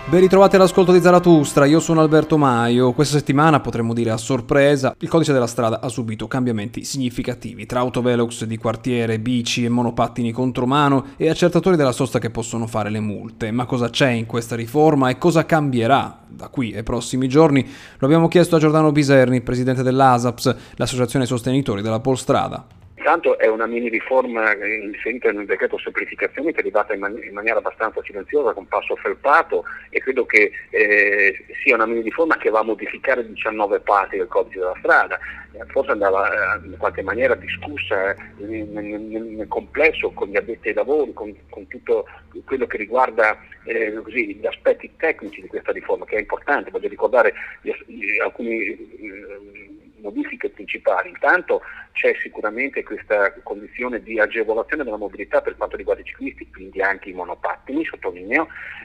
Ben ritrovati all'ascolto di Zarathustra, io sono Alberto Maio. Questa settimana, potremmo dire a sorpresa, il codice della strada ha subito cambiamenti significativi tra autovelox di quartiere, bici e monopattini contromano e accertatori della sosta che possono fare le multe. Ma cosa c'è in questa riforma e cosa cambierà da qui ai prossimi giorni? Lo abbiamo chiesto a Giordano Biserni, presidente dell'ASAPS, l'associazione sostenitori della Polstrada. Intanto è una mini riforma inserita nel decreto semplificazioni che è arrivata in maniera abbastanza silenziosa, con passo felpato, e credo che sia una mini riforma che va a modificare 19 parti del codice della strada. Forse andava in qualche maniera discussa nel complesso con gli addetti ai lavori, con tutto quello che riguarda gli aspetti tecnici di questa riforma, che è importante. Voglio ricordare alcuni modifiche principali. Intanto c'è sicuramente questa condizione di agevolazione della mobilità per quanto riguarda i ciclisti, quindi anche i monopattini, sottolineo,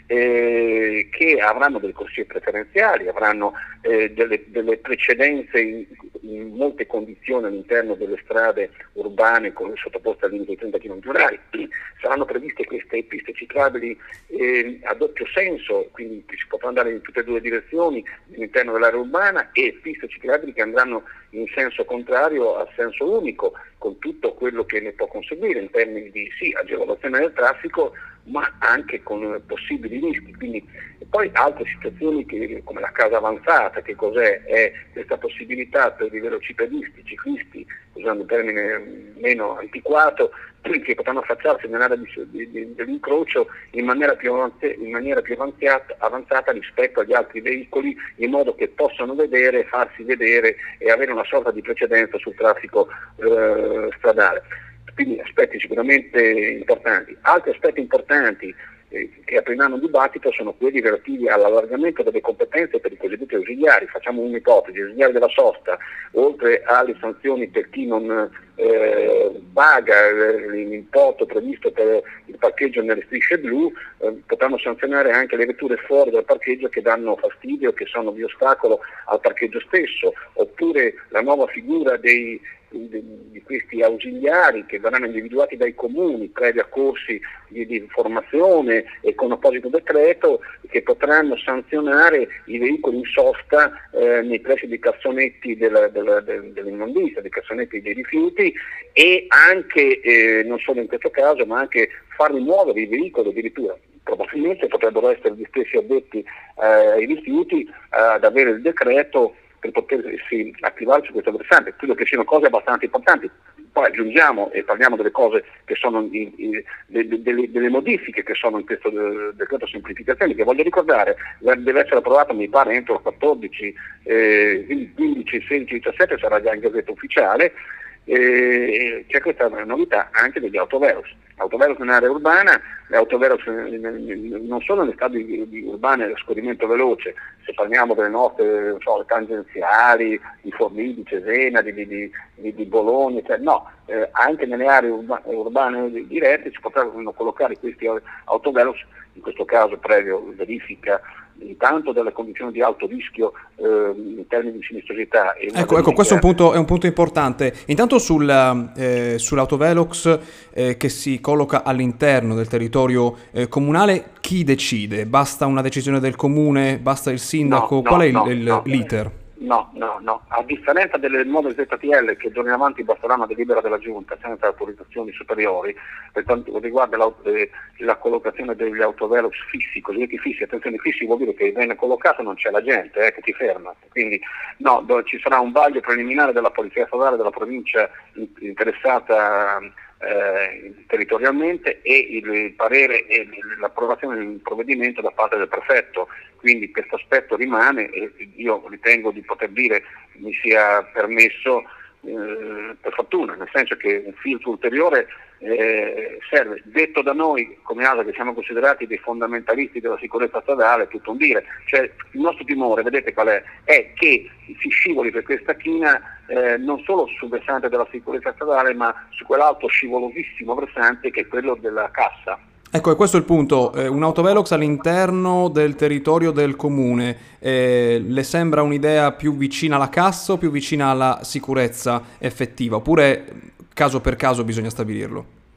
che avranno delle corsie preferenziali, avranno delle precedenze in molte condizioni all'interno delle strade urbane sottoposte al limite di 30 km/h. Saranno previste queste piste ciclabili a doppio senso, quindi che si potrà andare in tutte e due le direzioni all'interno dell'area urbana, e piste ciclabili che andranno in senso contrario al senso unico, con tutto quello che ne può conseguire in termini di agevolazione del traffico, ma anche con possibili rischi. Quindi, e poi altre situazioni come la casa avanzata, che cos'è? È questa possibilità per i velocipedisti, ciclisti, usando un termine meno antiquato, che potranno affacciarsi nell'area dell'incrocio in maniera più avanzata rispetto agli altri veicoli, in modo che possano vedere, farsi vedere e avere una sorta di precedenza sul traffico stradale. Quindi aspetti sicuramente importanti. Altri aspetti importanti che apriranno un dibattito sono quelli relativi all'allargamento delle competenze per i cosiddetti ausiliari. Facciamo un'ipotesi: ausiliari della sosta, oltre alle sanzioni per chi non paga l'importo previsto per il parcheggio nelle strisce blu, potranno sanzionare anche le vetture fuori dal parcheggio che danno fastidio, che sono di ostacolo al parcheggio stesso, oppure la nuova figura di questi ausiliari che verranno individuati dai comuni previa corsi di formazione e con apposito decreto, che potranno sanzionare i veicoli in sosta nei pressi dei cassonetti dell'immondizia, dei cassonetti dei rifiuti, e anche non solo in questo caso, ma anche farli muovere i veicoli. Addirittura probabilmente potrebbero essere gli stessi addetti ai rifiuti ad avere il decreto per potersi attivare su questo versante. Credo che siano cose abbastanza importanti. Poi aggiungiamo e parliamo delle cose che sono delle modifiche che sono in questo decreto semplificazioni, che voglio ricordare deve essere approvato, mi pare, entro il 14, 15, 16, 17 sarà già in gazzetta ufficiale. C'è questa novità anche degli autovelox in area urbana, le autovelox non solo nelle strade urbane a scorrimento veloce, se parliamo delle nostre tangenziali di Forlì, di Cesena, di Bologna, anche nelle aree urbane dirette si potranno collocare questi autovelox, in questo caso previo verifica intanto delle condizioni di alto rischio in termini di sinistrosità. Ecco, questo è un punto importante. Intanto sull'autovelox che si colloca all'interno del territorio comunale, chi decide? Basta una decisione del comune? Basta il sindaco? Qual è l'iter? No, a differenza delle nuove ZTL che giorni avanti basterà una delibera della Giunta senza autorizzazioni superiori, per quanto riguarda la collocazione degli autovelox fissi, cosiddetti fissi. Attenzione, fissi vuol dire che viene collocato non c'è la gente che ti ferma, quindi ci sarà un vaglio preliminare della Polizia Stradale della provincia interessata territorialmente, e il parere e l'approvazione del provvedimento da parte del prefetto. Quindi questo aspetto rimane, e io ritengo di poter dire mi sia permesso per fortuna, nel senso che un filtro ulteriore serve. Detto da noi come ASA, che siamo considerati dei fondamentalisti della sicurezza stradale, è tutto un dire. Cioè, il nostro timore, vedete qual è? È che si scivoli per questa china non solo sul versante della sicurezza stradale, ma su quell'altro scivolosissimo versante che è quello della cassa. Ecco, e questo è il punto. Un autovelox all'interno del territorio del comune, le sembra un'idea più vicina alla cassa o più vicina alla sicurezza effettiva? Oppure caso per caso bisogna stabilirlo?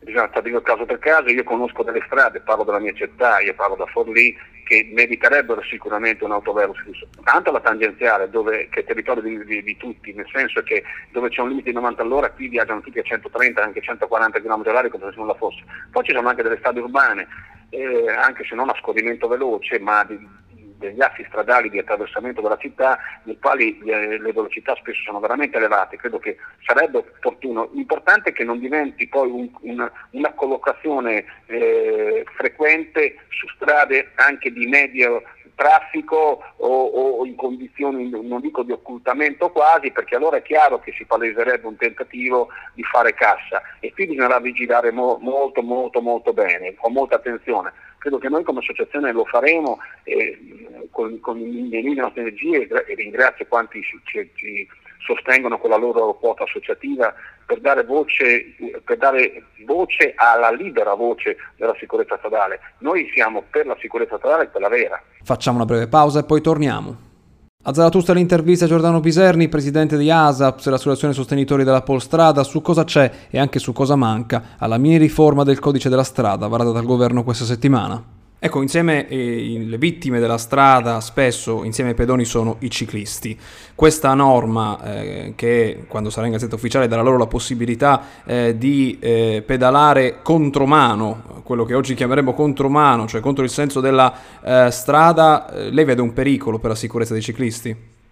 bisogna stabilire caso per caso. Io conosco delle strade, parlo della mia città, io parlo da Forlì, che meriterebbero sicuramente un autovelox, tanto la tangenziale, che è territorio di tutti, nel senso che dove c'è un limite di 90 all'ora, qui viaggiano tutti a 130, anche 140 km/h come se nulla fosse. Poi ci sono anche delle strade urbane, anche se non a scorrimento veloce, ma degli assi stradali di attraversamento della città, nei quali le velocità spesso sono veramente elevate. Credo che sarebbe opportuno. L'importante è che non diventi poi una collocazione frequente su strade anche di medio traffico o in condizioni, non dico di occultamento quasi, perché allora è chiaro che si paleserebbe un tentativo di fare cassa, e qui bisognerà vigilare molto molto molto bene, con molta attenzione. Credo che noi come associazione lo faremo con le nostre energie, e ringrazio quanti ci sostengono con la loro quota associativa per dare voce alla libera voce della sicurezza stradale. Noi siamo per la sicurezza stradale, quella vera. Facciamo una breve pausa e poi torniamo. A Zarathustra l'intervista a Giordano Piserni, presidente di ASAPS, l'associazione sostenitori della Polstrada, su cosa c'è e anche su cosa manca alla mini riforma del codice della strada varata dal governo questa settimana. Ecco, insieme le vittime della strada, spesso insieme ai pedoni, sono i ciclisti. Questa norma che quando sarà in Gazzetta Ufficiale darà loro la possibilità di pedalare contromano, quello che oggi chiameremo contromano, cioè contro il senso della strada, lei vede un pericolo per la sicurezza dei ciclisti?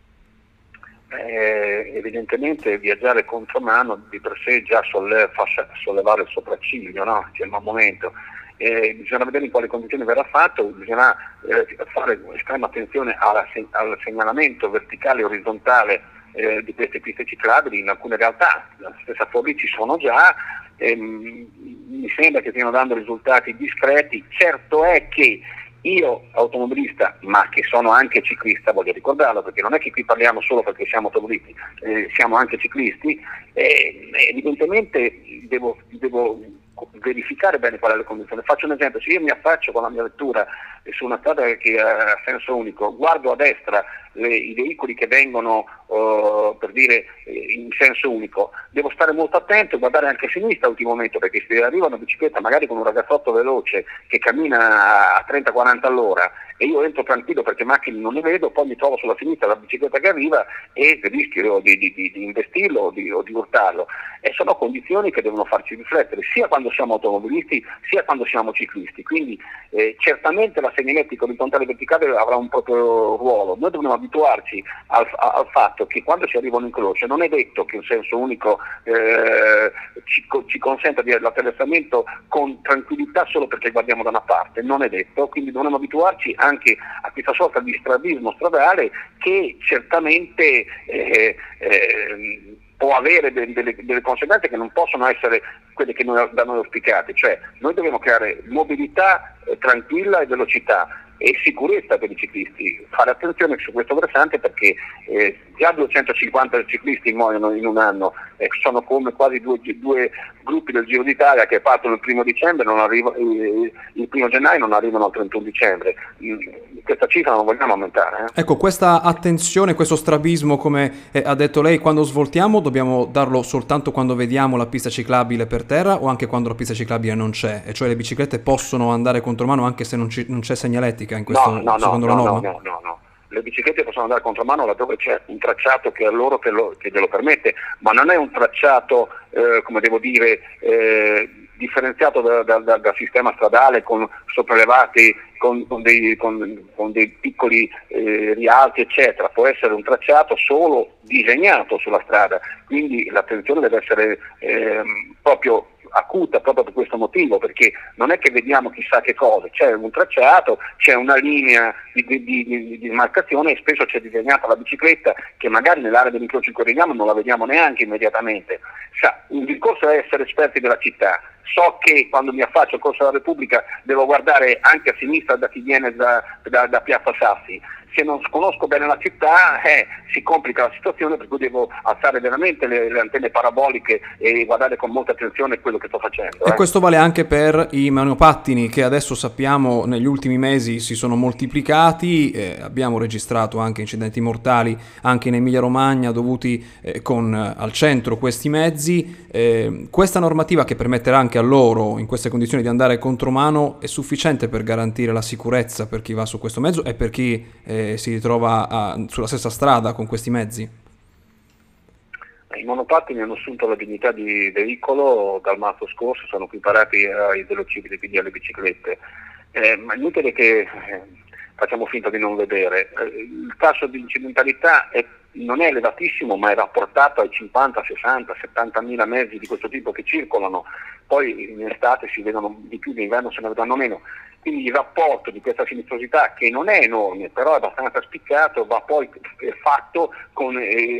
Evidentemente viaggiare contromano di per sé già fa sollevare il sopracciglio, no? C'è il momento. Bisogna vedere in quali condizioni verrà fatto, bisogna fare estrema attenzione al segnalamento verticale e orizzontale di queste piste ciclabili. In alcune realtà, la stessa Forlì, ci sono già, mi sembra che stiano dando risultati discreti. Certo è che io, automobilista, ma che sono anche ciclista, voglio ricordarlo, perché non è che qui parliamo solo perché siamo automobilisti, siamo anche ciclisti, evidentemente devo verificare bene qual è la condizione. Faccio un esempio: se io mi affaccio con la mia vettura su una strada che ha senso unico, guardo a destra i veicoli che vengono per dire in senso unico, devo stare molto attento e guardare anche a sinistra all'ultimo momento, perché se arriva una bicicletta magari con un ragazzotto veloce che cammina a 30-40 all'ora e io entro tranquillo perché macchine non ne vedo, poi mi trovo sulla sinistra la bicicletta che arriva e rischio di investirlo o di urtarlo. E sono condizioni che devono farci riflettere sia quando siamo automobilisti sia quando siamo ciclisti. Quindi certamente la segnaletica orizzontale e verticale avrà un proprio ruolo. Noi dobbiamo abituarci al fatto che quando si arriva a un incrocio non è detto che un senso unico ci consenta l'attraversamento con tranquillità solo perché guardiamo da una parte, non è detto. Quindi dovremmo abituarci anche a questa sorta di strabismo stradale che certamente può avere delle conseguenze che non possono essere quelle che da noi auspicate. Cioè noi dobbiamo creare mobilità tranquilla e velocità e sicurezza per i ciclisti, fare attenzione su questo versante, perché già 250 ciclisti muoiono in un anno, sono come quasi due gruppi del Giro d'Italia che partono il 1° dicembre, il 1° gennaio non arrivano al 31 dicembre. Questa cifra non vogliamo aumentare. Ecco, questa attenzione, questo strabismo, come ha detto lei, quando svoltiamo dobbiamo darlo soltanto quando vediamo la pista ciclabile per terra o anche quando la pista ciclabile non c'è? E cioè le biciclette possono andare contromano anche se non c'è segnaletica in questo, secondo la norma? No. Le biciclette possono andare contromano laddove c'è un tracciato che glielo permette, ma non è un tracciato, come devo dire, differenziato dal sistema stradale con sopraelevati, con dei piccoli rialti eccetera. Può essere un tracciato solo disegnato sulla strada, quindi l'attenzione deve essere proprio acuta proprio per questo motivo, perché non è che vediamo chissà che cosa, c'è un tracciato, c'è una linea di demarcazione e spesso c'è disegnata la bicicletta che magari nell'area dell'incrocio in cui arriviamo non la vediamo neanche immediatamente. Il discorso è essere esperti della città. So che quando mi affaccio al Corso della Repubblica devo guardare anche a sinistra da chi viene da Piazza Sassi. Se non conosco bene la città si complica la situazione, per cui devo alzare veramente le antenne paraboliche e guardare con molta attenzione quello che sto facendo. E questo vale anche per i monopattini che adesso sappiamo negli ultimi mesi si sono moltiplicati, abbiamo registrato anche incidenti mortali anche in Emilia Romagna dovuti con al centro questi mezzi. Questa normativa, che permetterà anche anche a loro in queste condizioni di andare contromano è sufficiente per garantire la sicurezza per chi va su questo mezzo e per chi si ritrova sulla stessa strada con questi mezzi? I monopattini hanno assunto la dignità di veicolo dal marzo scorso, sono equiparati ai velocipedi, quindi alle biciclette, ma è inutile che facciamo finta di non vedere. Il tasso di incidentalità non è elevatissimo, ma è rapportato ai 50, 60, 70 mila mezzi di questo tipo che circolano, poi in estate si vedono di più, in inverno se ne vedranno meno. Quindi il rapporto di questa sinistrosità, che non è enorme, però è abbastanza spiccato, va poi fatto con i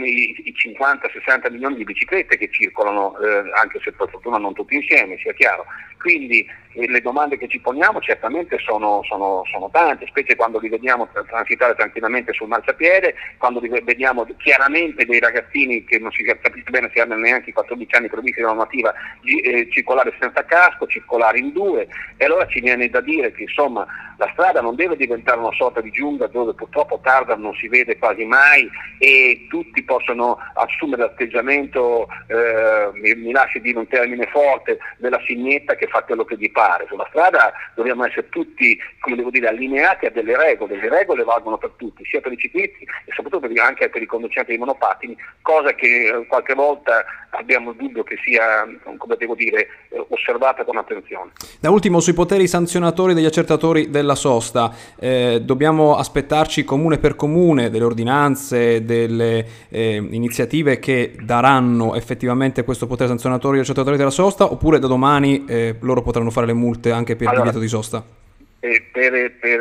50-60 milioni di biciclette che circolano, anche se per fortuna non tutti insieme, sia chiaro. Quindi le domande che ci poniamo certamente sono tante, specie quando li vediamo transitare tranquillamente sul marciapiede, quando li vediamo chiaramente dei ragazzini che non si capisce bene se hanno neanche i 14 anni previsti dalla normativa, circolare senza casco, circolare in due, e allora ci viene da dire che insomma la strada non deve diventare una sorta di giungla dove purtroppo tarda non si vede quasi mai e tutti possono assumere l'atteggiamento, mi lasci dire un termine forte, della signetta che fa quello che gli pare. Sulla strada dobbiamo essere tutti, come devo dire, allineati a delle regole, le regole valgono per tutti, sia per i ciclisti e soprattutto anche per i conducenti dei monopattini, cosa che qualche volta abbiamo il dubbio che sia, come devo dire, osservata con attenzione. Da ultimo, sui poteri sanzionatori degli accertatori della sosta, dobbiamo aspettarci comune per comune delle ordinanze, delle iniziative che daranno effettivamente questo potere sanzionatorio agli accertatori della sosta, oppure da domani loro potranno fare le multe anche per il divieto di sosta? Per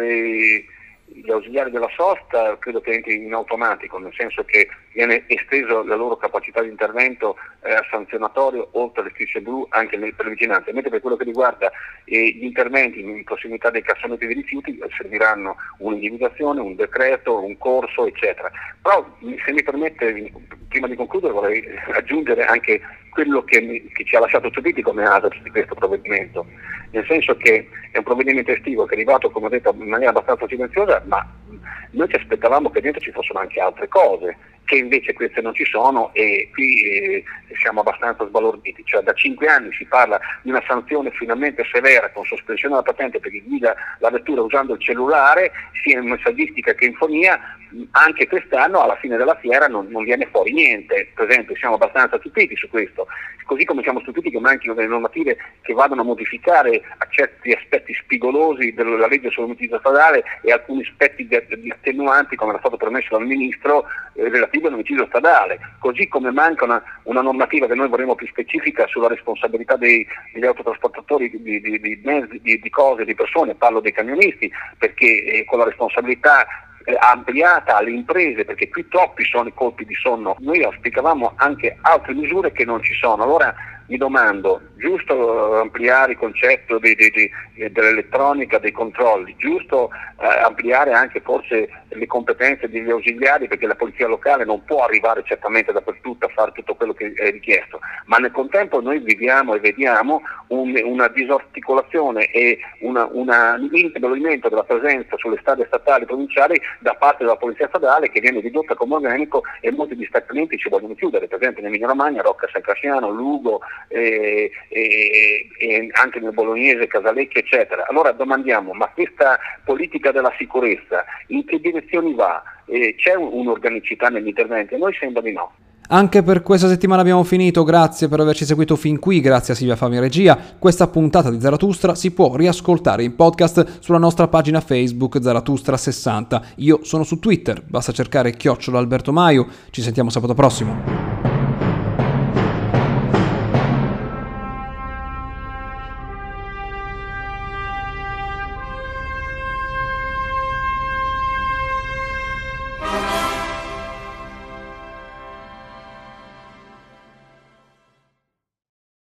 gli ausiliari della sosta credo che entri in automatico, nel senso che viene esteso la loro capacità di intervento sanzionatorio oltre alle strisce blu anche per le vicinanze, mentre per quello che riguarda gli interventi in prossimità dei cassonetti di rifiuti serviranno un'individuazione, un decreto, un corso, eccetera. Però se mi permette, prima di concludere vorrei aggiungere anche quello che ci ha lasciato stupiti come ASAPS di questo provvedimento, nel senso che è un provvedimento estivo che è arrivato, come ho detto, in maniera abbastanza silenziosa, ma noi ci aspettavamo che dentro ci fossero anche altre cose, che invece queste non ci sono e qui siamo abbastanza sbalorditi. Cioè da 5 anni si parla di una sanzione finalmente severa con sospensione della patente per chi guida la vettura usando il cellulare, sia in messaggistica che in fonia. Anche quest'anno alla fine della fiera non viene fuori niente, per esempio siamo abbastanza stupiti su questo, così come siamo stupiti che manchino delle normative che vadano a modificare certi aspetti spigolosi della legge sull'omicidio stradale e alcuni aspetti di attenuanti, come era stato permesso dal Ministro, relativi all'omicidio stradale, così come manca una normativa che noi vorremmo più specifica sulla responsabilità degli autotrasportatori di mezzi, di cose, di persone, parlo dei camionisti, perché con la responsabilità ampliata alle imprese, perché qui troppi sono i colpi di sonno. Noi auspicavamo anche altre misure che non ci sono. Allora mi domando, giusto ampliare il concetto dell'elettronica, dei controlli, giusto ampliare anche forse le competenze degli ausiliari, perché la polizia locale non può arrivare certamente dappertutto a fare tutto quello che è richiesto, ma nel contempo noi viviamo e vediamo una disarticolazione e un indebolimento della presenza sulle strade statali provinciali da parte della polizia stradale, che viene ridotta come organico e molti distaccamenti ci vogliono chiudere, per esempio in Emilia Romagna, Rocca San Casciano, Lugo, e anche nel Bolognese, Casalecchio, eccetera. Allora domandiamo, ma questa politica della sicurezza in che direzioni va? C'è un'organicità negli interventi? A noi sembra di no. Anche per questa settimana abbiamo finito, grazie per averci seguito fin qui, grazie a Silvia Fami Regia. Questa puntata di Zarathustra si può riascoltare in podcast sulla nostra pagina Facebook Zarathustra60. Io sono su Twitter, basta cercare @AlbertoMaio. Ci sentiamo sabato prossimo.